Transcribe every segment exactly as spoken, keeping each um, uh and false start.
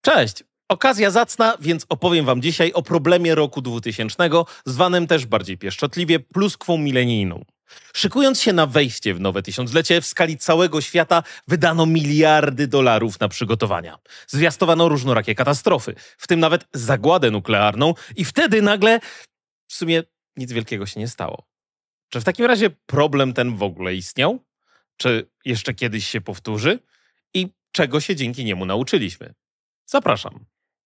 Cześć! Okazja zacna, więc opowiem wam dzisiaj o problemie roku dwutysięcznego, zwanym też bardziej pieszczotliwie pluskwą milenijną. Szykując się na wejście w nowe tysiąclecie, w skali całego świata wydano miliardy dolarów na przygotowania. Zwiastowano różnorakie katastrofy, w tym nawet zagładę nuklearną i wtedy nagle w sumie nic wielkiego się nie stało. Czy w takim razie problem ten w ogóle istniał? Czy jeszcze kiedyś się powtórzy? I czego się dzięki niemu nauczyliśmy? Zapraszam.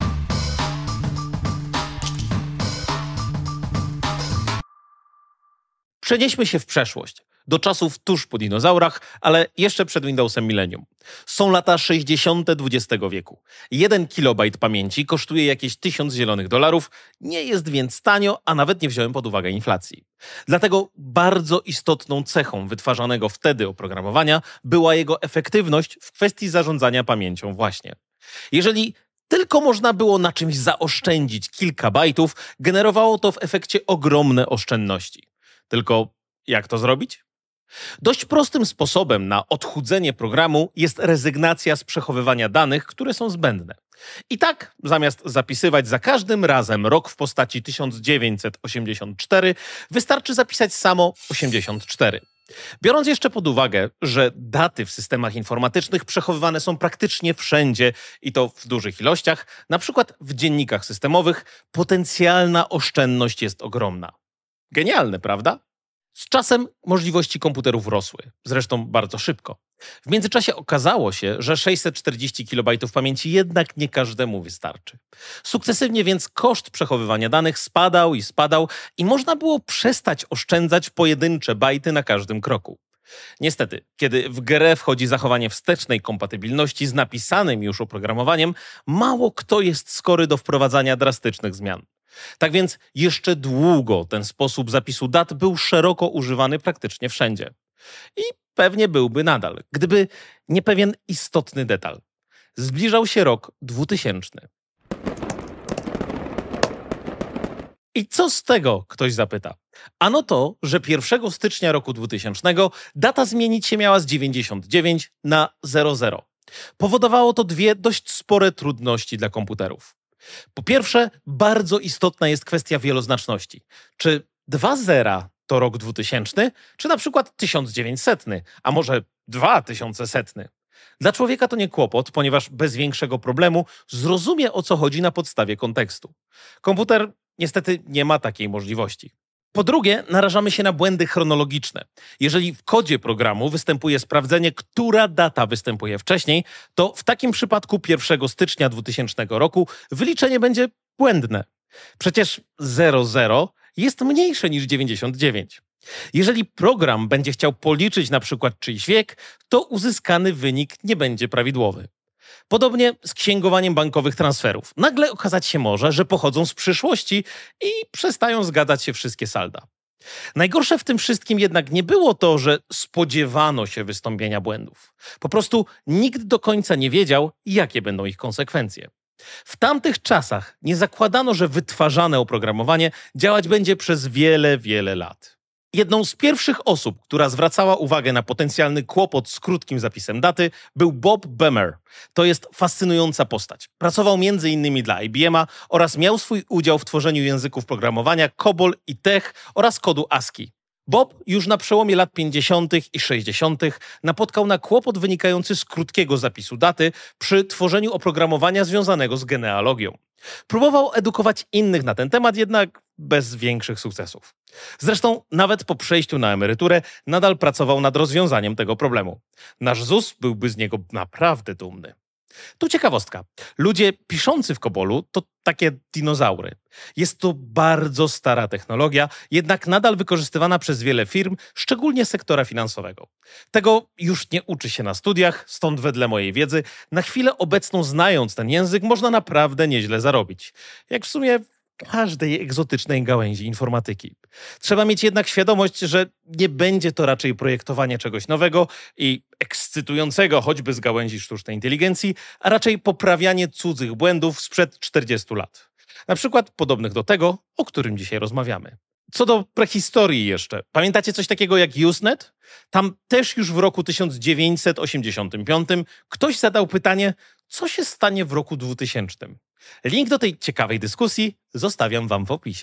Przenieśmy się w przeszłość, do czasów tuż po dinozaurach, ale jeszcze przed Windowsem Millennium. Są lata sześćdziesiąte dwudziestego wieku. Jeden kilobajt pamięci kosztuje jakieś tysiąc zielonych dolarów, nie jest więc tanio, a nawet nie wziąłem pod uwagę inflacji. Dlatego bardzo istotną cechą wytwarzanego wtedy oprogramowania była jego efektywność w kwestii zarządzania pamięcią właśnie. Jeżeli tylko można było na czymś zaoszczędzić kilka bajtów, generowało to w efekcie ogromne oszczędności. Tylko jak to zrobić? Dość prostym sposobem na odchudzenie programu jest rezygnacja z przechowywania danych, które są zbędne. I tak, zamiast zapisywać za każdym razem rok w postaci tysiąc dziewięćset osiemdziesiąt cztery, wystarczy zapisać samo osiemdziesiąt cztery. Biorąc jeszcze pod uwagę, że daty w systemach informatycznych przechowywane są praktycznie wszędzie i to w dużych ilościach, na przykład w dziennikach systemowych, potencjalna oszczędność jest ogromna. Genialne, prawda? Z czasem możliwości komputerów rosły, zresztą bardzo szybko. W międzyczasie okazało się, że sześćset czterdzieści kilobajtów pamięci jednak nie każdemu wystarczy. Sukcesywnie więc koszt przechowywania danych spadał i spadał i można było przestać oszczędzać pojedyncze bajty na każdym kroku. Niestety, kiedy w grę wchodzi zachowanie wstecznej kompatybilności z napisanym już oprogramowaniem, mało kto jest skory do wprowadzania drastycznych zmian. Tak więc jeszcze długo ten sposób zapisu dat był szeroko używany praktycznie wszędzie. I pewnie byłby nadal, gdyby nie pewien istotny detal. Zbliżał się rok dwutysięczny. I co z tego, ktoś zapyta? Ano to, że pierwszego stycznia roku dwutysięcznego data zmienić się miała z dziewięćdziesiąt dziewięć na zero zero. Powodowało to dwie dość spore trudności dla komputerów. Po pierwsze, bardzo istotna jest kwestia wieloznaczności. Czy dwa zera to rok dwutysięczny, czy na przykład tysiąc dziewięćsetny, a może dwa tysiące setny? Dla człowieka to nie kłopot, ponieważ bez większego problemu zrozumie, o co chodzi na podstawie kontekstu. Komputer niestety nie ma takiej możliwości. Po drugie, narażamy się na błędy chronologiczne. Jeżeli w kodzie programu występuje sprawdzenie, która data występuje wcześniej, to w takim przypadku pierwszego stycznia dwutysięcznego roku wyliczenie będzie błędne. Przecież zero zero jest mniejsze niż dziewięćdziesiąt dziewięć. Jeżeli program będzie chciał policzyć na przykład czyjś wiek, to uzyskany wynik nie będzie prawidłowy. Podobnie z księgowaniem bankowych transferów. Nagle okazać się może, że pochodzą z przyszłości i przestają zgadzać się wszystkie salda. Najgorsze w tym wszystkim jednak nie było to, że spodziewano się wystąpienia błędów. Po prostu nikt do końca nie wiedział, jakie będą ich konsekwencje. W tamtych czasach nie zakładano, że wytwarzane oprogramowanie działać będzie przez wiele, wiele lat. Jedną z pierwszych osób, która zwracała uwagę na potencjalny kłopot z krótkim zapisem daty, był Bob Bemer. To jest fascynująca postać. Pracował między innymi dla I B M a oraz miał swój udział w tworzeniu języków programowania COBOL i TeX oraz kodu ASCII. Bob już na przełomie lat pięćdziesiątych i sześćdziesiątych napotkał na kłopot wynikający z krótkiego zapisu daty przy tworzeniu oprogramowania związanego z genealogią. Próbował edukować innych na ten temat, jednak bez większych sukcesów. Zresztą nawet po przejściu na emeryturę nadal pracował nad rozwiązaniem tego problemu. Nasz Z U S byłby z niego naprawdę dumny. Tu ciekawostka. Ludzie piszący w Kobolu to takie dinozaury. Jest to bardzo stara technologia, jednak nadal wykorzystywana przez wiele firm, szczególnie sektora finansowego. Tego już nie uczy się na studiach, stąd wedle mojej wiedzy, na chwilę obecną znając ten język, można naprawdę nieźle zarobić. Jak w sumie każdej egzotycznej gałęzi informatyki. Trzeba mieć jednak świadomość, że nie będzie to raczej projektowanie czegoś nowego i ekscytującego choćby z gałęzi sztucznej inteligencji, a raczej poprawianie cudzych błędów sprzed czterdziestu lat. Na przykład podobnych do tego, o którym dzisiaj rozmawiamy. Co do prehistorii jeszcze. Pamiętacie coś takiego jak Usenet? Tam też już w roku tysiąc dziewięćset osiemdziesiątym piątym ktoś zadał pytanie, co się stanie w roku dwutysięcznym? Link do tej ciekawej dyskusji zostawiam wam w opisie.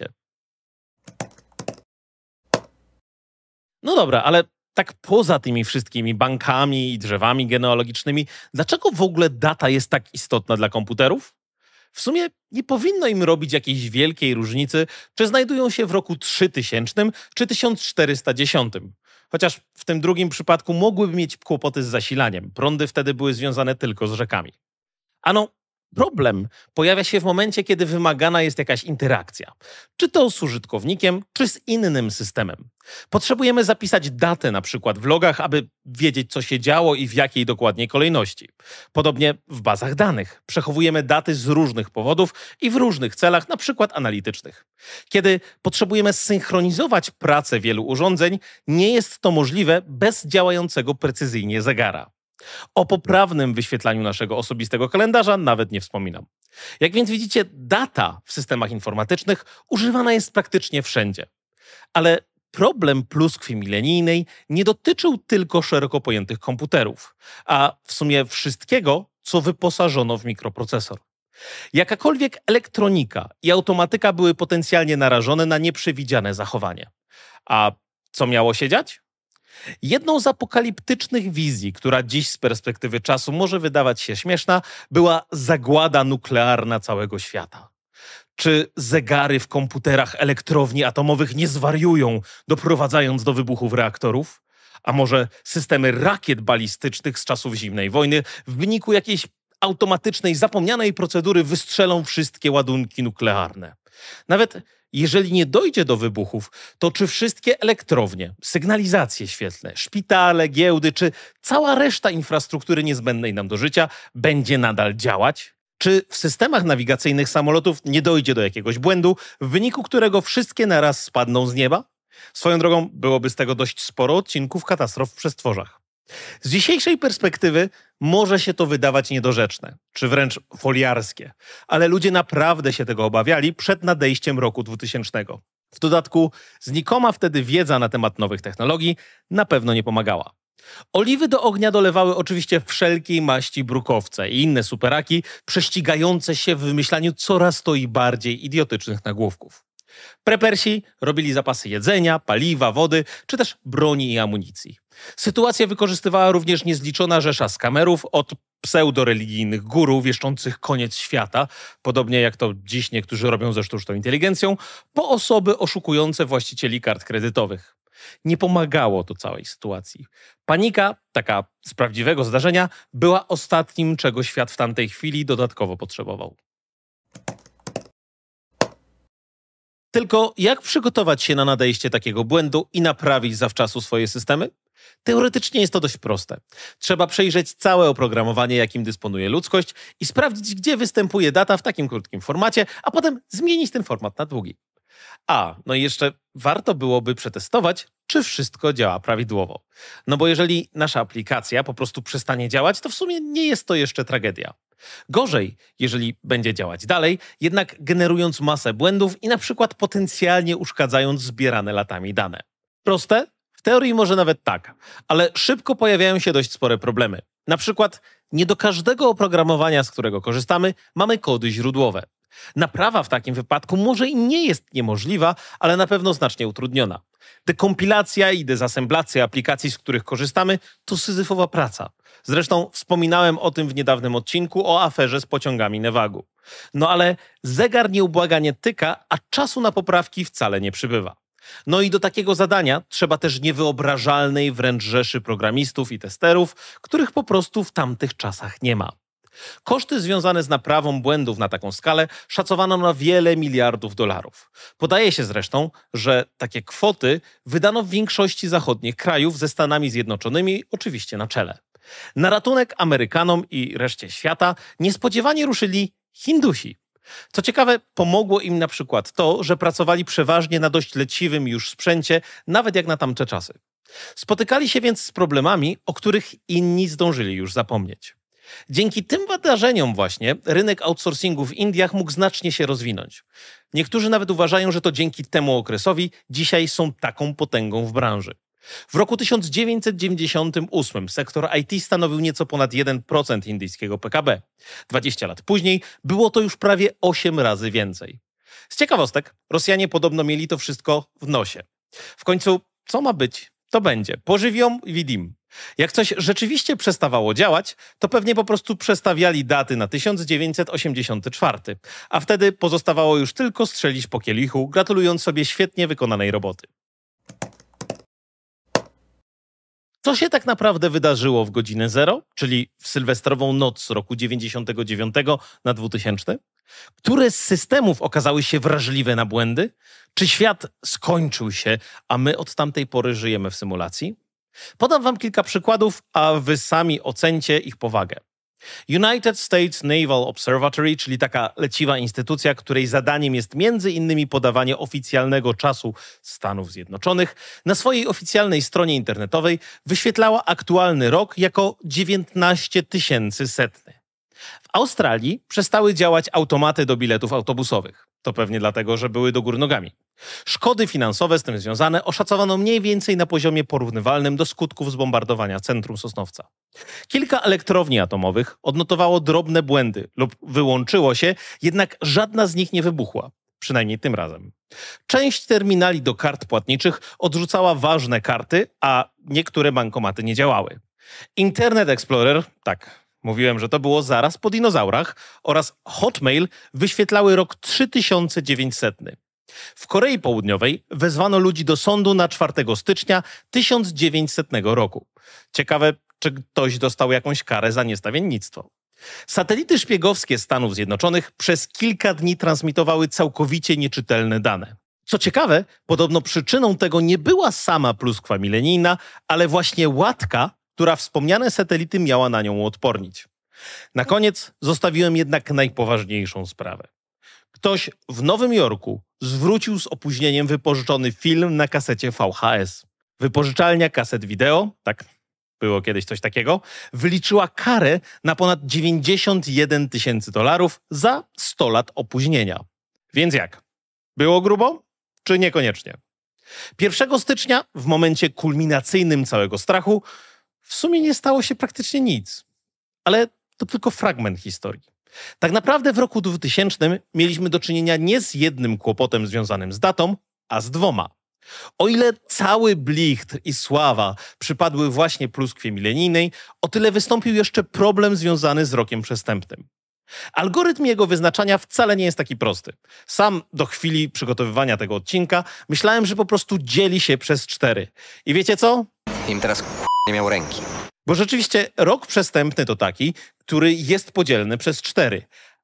No dobra, ale tak poza tymi wszystkimi bankami i drzewami genealogicznymi, dlaczego w ogóle data jest tak istotna dla komputerów? W sumie nie powinno im robić jakiejś wielkiej różnicy, czy znajdują się w roku trzytysięcznym czy tysiąc czterysta dziesiątym. Chociaż w tym drugim przypadku mogłyby mieć kłopoty z zasilaniem. Prądy wtedy były związane tylko z rzekami. Ano, problem pojawia się w momencie, kiedy wymagana jest jakaś interakcja. Czy to z użytkownikiem, czy z innym systemem. Potrzebujemy zapisać datę na przykład w logach, aby wiedzieć, co się działo i w jakiej dokładnie kolejności. Podobnie w bazach danych. Przechowujemy daty z różnych powodów i w różnych celach, na przykład analitycznych. Kiedy potrzebujemy zsynchronizować pracę wielu urządzeń, nie jest to możliwe bez działającego precyzyjnie zegara. O poprawnym wyświetlaniu naszego osobistego kalendarza nawet nie wspominam. Jak więc widzicie, data w systemach informatycznych używana jest praktycznie wszędzie. Ale problem pluskwy milenijnej nie dotyczył tylko szeroko pojętych komputerów, a w sumie wszystkiego, co wyposażono w mikroprocesor. Jakakolwiek elektronika i automatyka były potencjalnie narażone na nieprzewidziane zachowanie. A co miało się dziać? Jedną z apokaliptycznych wizji, która dziś z perspektywy czasu może wydawać się śmieszna, była zagłada nuklearna całego świata. Czy zegary w komputerach elektrowni atomowych nie zwariują, doprowadzając do wybuchów reaktorów? A może systemy rakiet balistycznych z czasów zimnej wojny w wyniku jakiejś automatycznej, zapomnianej procedury wystrzelą wszystkie ładunki nuklearne? Nawet jeżeli nie dojdzie do wybuchów, to czy wszystkie elektrownie, sygnalizacje świetlne, szpitale, giełdy, czy cała reszta infrastruktury niezbędnej nam do życia będzie nadal działać? Czy w systemach nawigacyjnych samolotów nie dojdzie do jakiegoś błędu, w wyniku którego wszystkie naraz spadną z nieba? Swoją drogą byłoby z tego dość sporo odcinków katastrof w przestworzach. Z dzisiejszej perspektywy może się to wydawać niedorzeczne, czy wręcz foliarskie, ale ludzie naprawdę się tego obawiali przed nadejściem roku dwutysięcznego. W dodatku znikoma wtedy wiedza na temat nowych technologii na pewno nie pomagała. Oliwy do ognia dolewały oczywiście wszelkiej maści brukowce i inne superaki prześcigające się w wymyślaniu coraz to i bardziej idiotycznych nagłówków. Prepersi robili zapasy jedzenia, paliwa, wody, czy też broni i amunicji. Sytuację wykorzystywała również niezliczona rzesza skamerów od pseudoreligijnych guru wieszczących koniec świata, podobnie jak to dziś niektórzy robią ze sztuczną inteligencją, po osoby oszukujące właścicieli kart kredytowych. Nie pomagało to całej sytuacji. Panika, taka z prawdziwego zdarzenia, była ostatnim, czego świat w tamtej chwili dodatkowo potrzebował. Tylko jak przygotować się na nadejście takiego błędu i naprawić zawczasu swoje systemy? Teoretycznie jest to dość proste. Trzeba przejrzeć całe oprogramowanie, jakim dysponuje ludzkość i sprawdzić, gdzie występuje data w takim krótkim formacie, a potem zmienić ten format na długi. A, no i jeszcze warto byłoby przetestować, czy wszystko działa prawidłowo. No bo jeżeli nasza aplikacja po prostu przestanie działać, to w sumie nie jest to jeszcze tragedia. Gorzej, jeżeli będzie działać dalej, jednak generując masę błędów i na przykład potencjalnie uszkadzając zbierane latami dane. Proste? W teorii może nawet tak, ale szybko pojawiają się dość spore problemy. Na przykład nie do każdego oprogramowania, z którego korzystamy, mamy kody źródłowe. Naprawa w takim wypadku może i nie jest niemożliwa, ale na pewno znacznie utrudniona. Dekompilacja i dezasemblacja aplikacji, z których korzystamy, to syzyfowa praca. Zresztą wspominałem o tym w niedawnym odcinku o aferze z pociągami Nevagu. No ale zegar nieubłaganie tyka, a czasu na poprawki wcale nie przybywa. No i do takiego zadania trzeba też niewyobrażalnej wręcz rzeszy programistów i testerów, których po prostu w tamtych czasach nie ma. Koszty związane z naprawą błędów na taką skalę szacowano na wiele miliardów dolarów. Podaje się zresztą, że takie kwoty wydano w większości zachodnich krajów ze Stanami Zjednoczonymi oczywiście na czele. Na ratunek Amerykanom i reszcie świata niespodziewanie ruszyli Hindusi. Co ciekawe, pomogło im na przykład to, że pracowali przeważnie na dość leciwym już sprzęcie, nawet jak na tamte czasy. Spotykali się więc z problemami, o których inni zdążyli już zapomnieć. Dzięki tym wydarzeniom właśnie rynek outsourcingu w Indiach mógł znacznie się rozwinąć. Niektórzy nawet uważają, że to dzięki temu okresowi dzisiaj są taką potęgą w branży. W roku tysiąc dziewięćset dziewięćdziesiątym ósmym sektor I T stanowił nieco ponad jeden procent indyjskiego P K B. dwadzieścia lat później było to już prawie osiem razy więcej. Z ciekawostek, Rosjanie podobno mieli to wszystko w nosie. W końcu, co ma być, to będzie. Pożywią i widim. Jak coś rzeczywiście przestawało działać, to pewnie po prostu przestawiali daty na tysiąc dziewięćset osiemdziesiąty czwarty, a wtedy pozostawało już tylko strzelić po kielichu, gratulując sobie świetnie wykonanej roboty. Co się tak naprawdę wydarzyło w godzinę zero, czyli w sylwestrową noc z roku dziewięćdziesiątego dziewiątego na dwutysięczny? Które z systemów okazały się wrażliwe na błędy? Czy świat skończył się, a my od tamtej pory żyjemy w symulacji? Podam wam kilka przykładów, a wy sami ocencie ich powagę. United States Naval Observatory, czyli taka leciwa instytucja, której zadaniem jest między innymi podawanie oficjalnego czasu Stanów Zjednoczonych, na swojej oficjalnej stronie internetowej wyświetlała aktualny rok jako dziewiętnaście tysięcy setny. W Australii przestały działać automaty do biletów autobusowych. To pewnie dlatego, że były do góry nogami. Szkody finansowe z tym związane oszacowano mniej więcej na poziomie porównywalnym do skutków zbombardowania centrum Sosnowca. Kilka elektrowni atomowych odnotowało drobne błędy lub wyłączyło się, jednak żadna z nich nie wybuchła. Przynajmniej tym razem. Część terminali do kart płatniczych odrzucała ważne karty, a niektóre bankomaty nie działały. Internet Explorer, tak, mówiłem, że to było zaraz po dinozaurach, oraz Hotmail wyświetlały rok trzy tysiące dziewięćset. W Korei Południowej wezwano ludzi do sądu na czwartego stycznia tysiąc dziewięćsetnego roku. Ciekawe, czy ktoś dostał jakąś karę za niestawiennictwo. Satelity szpiegowskie Stanów Zjednoczonych przez kilka dni transmitowały całkowicie nieczytelne dane. Co ciekawe, podobno przyczyną tego nie była sama pluskwa milenijna, ale właśnie łatka, która wspomniane satelity miała na nią uodpornić. Na koniec zostawiłem jednak najpoważniejszą sprawę. Ktoś w Nowym Jorku zwrócił z opóźnieniem wypożyczony film na kasecie V H S. Wypożyczalnia kaset wideo, tak, było kiedyś coś takiego, wyliczyła karę na ponad dziewięćdziesiąt jeden tysięcy dolarów za sto lat opóźnienia. Więc jak? Było grubo? Czy niekoniecznie? pierwszego stycznia, w momencie kulminacyjnym całego strachu, w sumie nie stało się praktycznie nic. Ale to tylko fragment historii. Tak naprawdę w roku dwutysięcznym mieliśmy do czynienia nie z jednym kłopotem związanym z datą, a z dwoma. O ile cały blichtr i sława przypadły właśnie pluskwie milenijnej, o tyle wystąpił jeszcze problem związany z rokiem przestępnym. Algorytm jego wyznaczania wcale nie jest taki prosty. Sam do chwili przygotowywania tego odcinka myślałem, że po prostu dzieli się przez cztery. I wiecie co? Im teraz nie miał ręki. Bo rzeczywiście rok przestępny to taki, który jest podzielny przez cztery,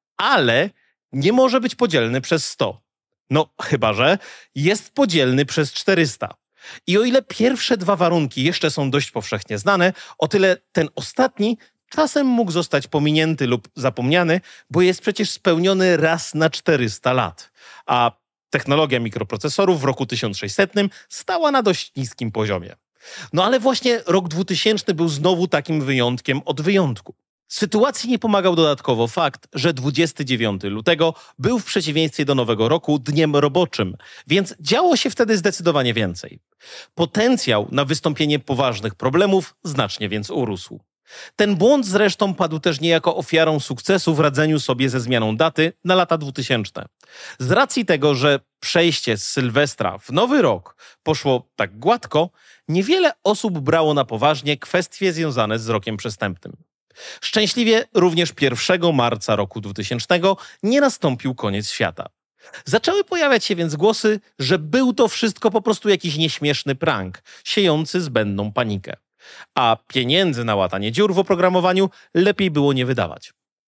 ale nie może być podzielny przez sto. No chyba że jest podzielny przez czterysta. I o ile pierwsze dwa warunki jeszcze są dość powszechnie znane, o tyle ten ostatni czasem mógł zostać pominięty lub zapomniany, bo jest przecież spełniony raz na czterysta lat. A technologia mikroprocesorów w roku tysiąc sześćsetnym stała na dość niskim poziomie. No ale właśnie rok dwutysięczny był znowu takim wyjątkiem od wyjątku. Sytuacji nie pomagał dodatkowo fakt, że dwudziestego dziewiątego lutego był w przeciwieństwie do Nowego Roku dniem roboczym, więc działo się wtedy zdecydowanie więcej. Potencjał na wystąpienie poważnych problemów znacznie więc urósł. Ten błąd zresztą padł też niejako ofiarą sukcesu w radzeniu sobie ze zmianą daty na lata dwutysięczne. Z racji tego, że przejście z Sylwestra w Nowy Rok poszło tak gładko, niewiele osób brało na poważnie kwestie związane z rokiem przestępnym. Szczęśliwie również pierwszego marca roku dwutysięcznego nie nastąpił koniec świata. Zaczęły pojawiać się więc głosy, że był to wszystko po prostu jakiś nieśmieszny prank, siejący zbędną panikę. A pieniędzy na łatanie dziur w oprogramowaniu lepiej było nie wydawać.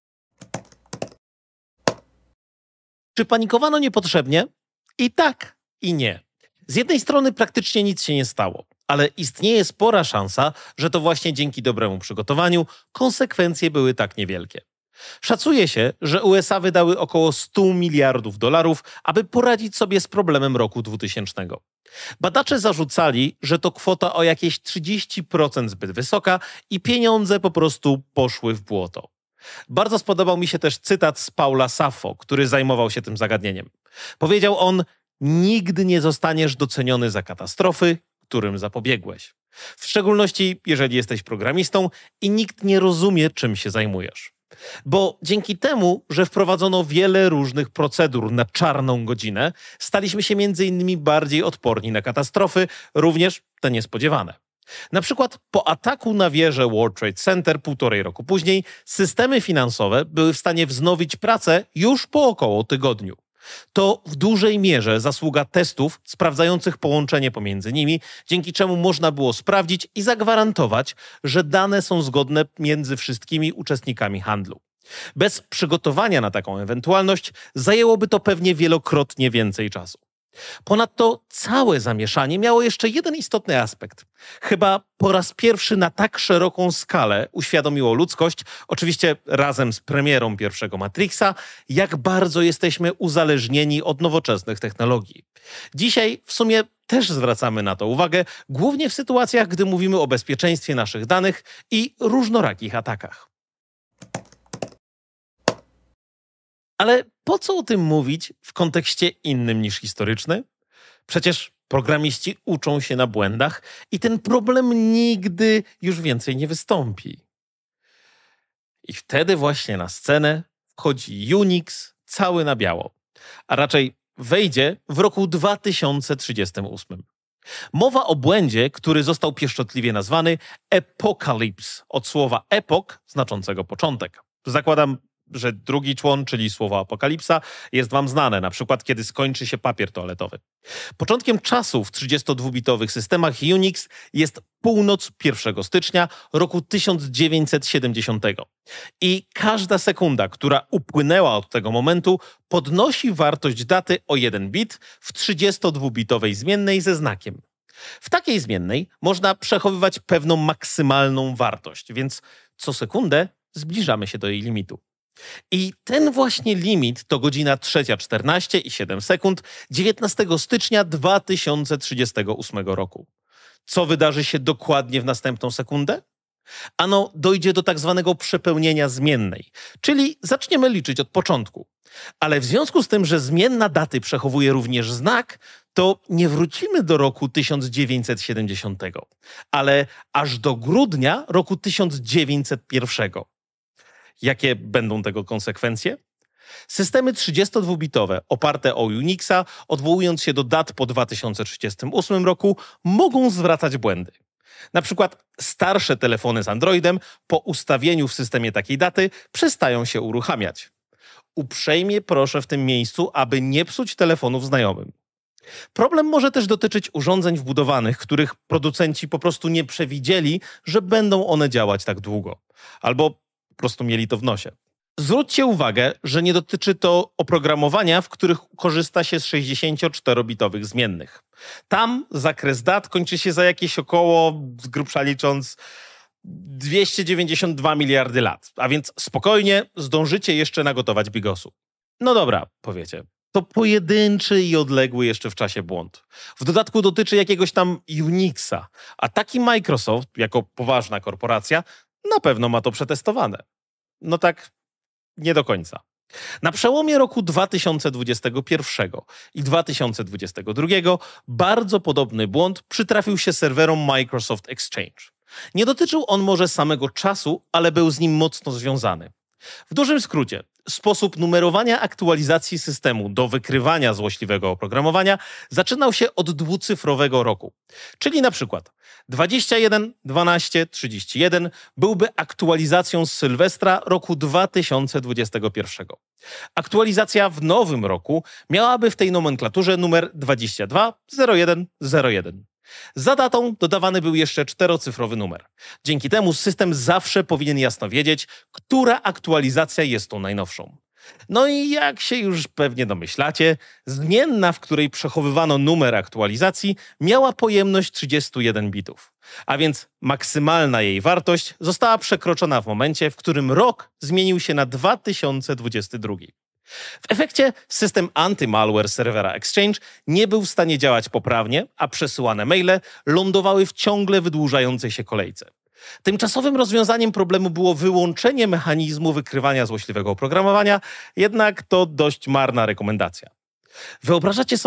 Czy panikowano niepotrzebnie? I tak, i nie. Z jednej strony praktycznie nic się nie stało, ale istnieje spora szansa, że to właśnie dzięki dobremu przygotowaniu konsekwencje były tak niewielkie. Szacuje się, że U S A wydały około sto miliardów dolarów, aby poradzić sobie z problemem roku dwutysięcznego. Badacze zarzucali, że to kwota o jakieś trzydzieści procent zbyt wysoka i pieniądze po prostu poszły w błoto. Bardzo spodobał mi się też cytat z Paula Saffo, który zajmował się tym zagadnieniem. Powiedział on: nigdy nie zostaniesz doceniony za katastrofy, którym zapobiegłeś. W szczególności, jeżeli jesteś programistą i nikt nie rozumie, czym się zajmujesz. Bo dzięki temu, że wprowadzono wiele różnych procedur na czarną godzinę, staliśmy się między innymi bardziej odporni na katastrofy, również te niespodziewane. Na przykład po ataku na wieżę World Trade Center półtorej roku później systemy finansowe były w stanie wznowić pracę już po około tygodniu. To w dużej mierze zasługa testów sprawdzających połączenie pomiędzy nimi, dzięki czemu można było sprawdzić i zagwarantować, że dane są zgodne między wszystkimi uczestnikami handlu. Bez przygotowania na taką ewentualność zajęłoby to pewnie wielokrotnie więcej czasu. Ponadto całe zamieszanie miało jeszcze jeden istotny aspekt. Chyba po raz pierwszy na tak szeroką skalę uświadomiło ludzkość, oczywiście razem z premierą pierwszego Matrixa, jak bardzo jesteśmy uzależnieni od nowoczesnych technologii. Dzisiaj w sumie też zwracamy na to uwagę, głównie w sytuacjach, gdy mówimy o bezpieczeństwie naszych danych i różnorakich atakach. Ale po co o tym mówić w kontekście innym niż historyczny? Przecież programiści uczą się na błędach i ten problem nigdy już więcej nie wystąpi. I wtedy właśnie na scenę wchodzi Unix cały na biało, a raczej wejdzie w roku dwa tysiące trzydziestym ósmym. Mowa o błędzie, który został pieszczotliwie nazwany Apocalypse, od słowa epoch znaczącego początek. Zakładam, że drugi człon, czyli słowo apokalipsa, jest wam znane, na przykład kiedy skończy się papier toaletowy. Początkiem czasu w trzydziestodwubitowych systemach Unix jest północ pierwszego stycznia roku tysiąc dziewięćset siedemdziesiątego. I każda sekunda, która upłynęła od tego momentu, podnosi wartość daty o jeden bit w trzydziestodwubitowej zmiennej ze znakiem. W takiej zmiennej można przechowywać pewną maksymalną wartość, więc co sekundę zbliżamy się do jej limitu. I ten właśnie limit to godzina trzecia czternaście i siedem sekund dziewiętnastego stycznia dwa tysiące trzydziestego ósmego roku. Co wydarzy się dokładnie w następną sekundę? Ano dojdzie do tak zwanego przepełnienia zmiennej, czyli zaczniemy liczyć od początku. Ale w związku z tym, że zmienna daty przechowuje również znak, to nie wrócimy do roku tysiąc dziewięćset siedemdziesiątego, ale aż do grudnia roku tysiąc dziewięćset pierwszego. Jakie będą tego konsekwencje? Systemy trzydziestodwubitowe oparte o Unixa, odwołując się do dat po dwa tysiące trzydziestym ósmym roku, mogą zwracać błędy. Na przykład starsze telefony z Androidem po ustawieniu w systemie takiej daty przestają się uruchamiać. Uprzejmie proszę w tym miejscu, aby nie psuć telefonów znajomym. Problem może też dotyczyć urządzeń wbudowanych, których producenci po prostu nie przewidzieli, że będą one działać tak długo. Albo po prostu mieli to w nosie. Zwróćcie uwagę, że nie dotyczy to oprogramowania, w których korzysta się z sześćdziesięcioczterobitowych zmiennych. Tam zakres dat kończy się za jakieś około, z grubsza licząc, dwieście dziewięćdziesiąt dwa miliardy lat. A więc spokojnie zdążycie jeszcze nagotować bigosu. No dobra, powiecie. To pojedynczy i odległy jeszcze w czasie błąd. W dodatku dotyczy jakiegoś tam Unixa, a taki Microsoft, jako poważna korporacja, na pewno ma to przetestowane. No tak nie do końca. Na przełomie roku dwa tysiące dwudziestego pierwszego i dwa tysiące dwudziestego drugiego bardzo podobny błąd przytrafił się serwerom Microsoft Exchange. Nie dotyczył on może samego czasu, ale był z nim mocno związany. W dużym skrócie, sposób numerowania aktualizacji systemu do wykrywania złośliwego oprogramowania zaczynał się od dwucyfrowego roku. Czyli na przykład dwadzieścia jeden dwanaście trzydzieści jeden byłby aktualizacją z Sylwestra roku dwa tysiące dwudziestego pierwszego. Aktualizacja w nowym roku miałaby w tej nomenklaturze numer dwadzieścia dwa zero jeden zero jeden. Za datą dodawany był jeszcze czterocyfrowy numer. Dzięki temu system zawsze powinien jasno wiedzieć, która aktualizacja jest tą najnowszą. No i jak się już pewnie domyślacie, zmienna, w której przechowywano numer aktualizacji, miała pojemność trzydzieści jeden bitów. A więc maksymalna jej wartość została przekroczona w momencie, w którym rok zmienił się na dwa tysiące dwudziesty drugi. W efekcie system anty-malware serwera Exchange nie był w stanie działać poprawnie, a przesyłane maile lądowały w ciągle wydłużającej się kolejce. Tymczasowym rozwiązaniem problemu było wyłączenie mechanizmu wykrywania złośliwego oprogramowania, jednak to dość marna rekomendacja. Wyobrażacie sobie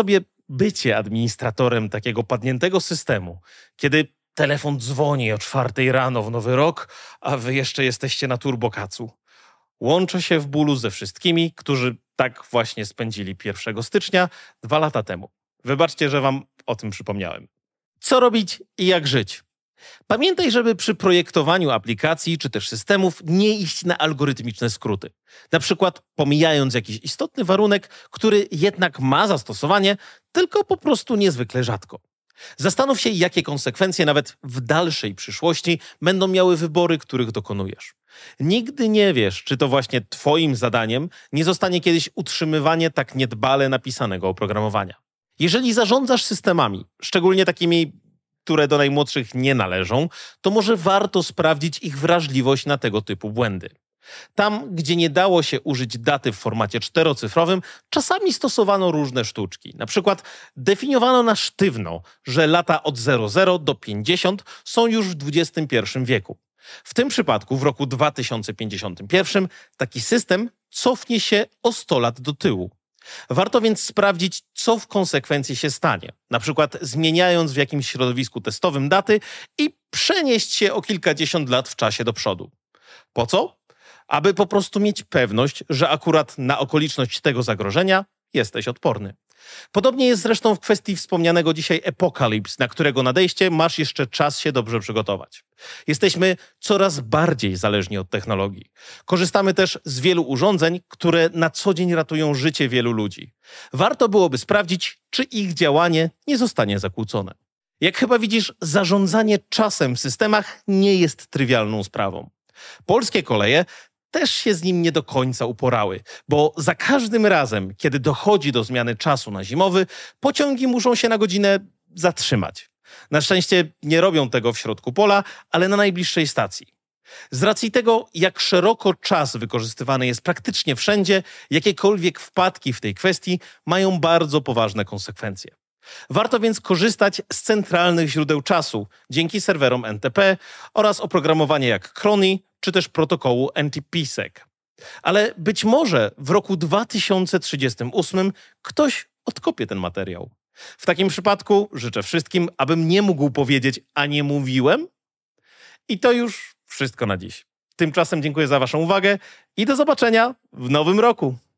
bycie administratorem takiego padniętego systemu, kiedy telefon dzwoni o czwartej rano w nowy rok, a wy jeszcze jesteście na turbokacu. Łączę się w bólu ze wszystkimi, którzy tak właśnie spędzili pierwszego stycznia dwa lata temu. Wybaczcie, że wam o tym przypomniałem. Co robić i jak żyć? Pamiętaj, żeby przy projektowaniu aplikacji czy też systemów nie iść na algorytmiczne skróty. Na przykład pomijając jakiś istotny warunek, który jednak ma zastosowanie, tylko po prostu niezwykle rzadko. Zastanów się, jakie konsekwencje nawet w dalszej przyszłości będą miały wybory, których dokonujesz. Nigdy nie wiesz, czy to właśnie twoim zadaniem nie zostanie kiedyś utrzymywanie tak niedbale napisanego oprogramowania. Jeżeli zarządzasz systemami, szczególnie takimi, które do najmłodszych nie należą, to może warto sprawdzić ich wrażliwość na tego typu błędy. Tam, gdzie nie dało się użyć daty w formacie czterocyfrowym, czasami stosowano różne sztuczki. Na przykład definiowano na sztywno, że lata od zero do pięćdziesiąt są już w dwudziestym pierwszym wieku. W tym przypadku w roku dwa tysiące pięćdziesiątym pierwszym taki system cofnie się o sto lat do tyłu. Warto więc sprawdzić, co w konsekwencji się stanie, na przykład zmieniając w jakimś środowisku testowym daty i przenieść się o kilkadziesiąt lat w czasie do przodu. Po co? Aby po prostu mieć pewność, że akurat na okoliczność tego zagrożenia jesteś odporny. Podobnie jest zresztą w kwestii wspomnianego dzisiaj Epokalips, na którego nadejście masz jeszcze czas się dobrze przygotować. Jesteśmy coraz bardziej zależni od technologii. Korzystamy też z wielu urządzeń, które na co dzień ratują życie wielu ludzi. Warto byłoby sprawdzić, czy ich działanie nie zostanie zakłócone. Jak chyba widzisz, zarządzanie czasem w systemach nie jest trywialną sprawą. Polskie koleje też się z nim nie do końca uporały, bo za każdym razem, kiedy dochodzi do zmiany czasu na zimowy, pociągi muszą się na godzinę zatrzymać. Na szczęście nie robią tego w środku pola, ale na najbliższej stacji. Z racji tego, jak szeroko czas wykorzystywany jest praktycznie wszędzie, jakiekolwiek wpadki w tej kwestii mają bardzo poważne konsekwencje. Warto więc korzystać z centralnych źródeł czasu dzięki serwerom N T P oraz oprogramowania jak Crony czy też protokołu N T P sec. Ale być może w roku dwa tysiące trzydziestym ósmym ktoś odkopie ten materiał. W takim przypadku życzę wszystkim, abym nie mógł powiedzieć, a nie mówiłem. I to już wszystko na dziś. Tymczasem dziękuję za waszą uwagę i do zobaczenia w nowym roku.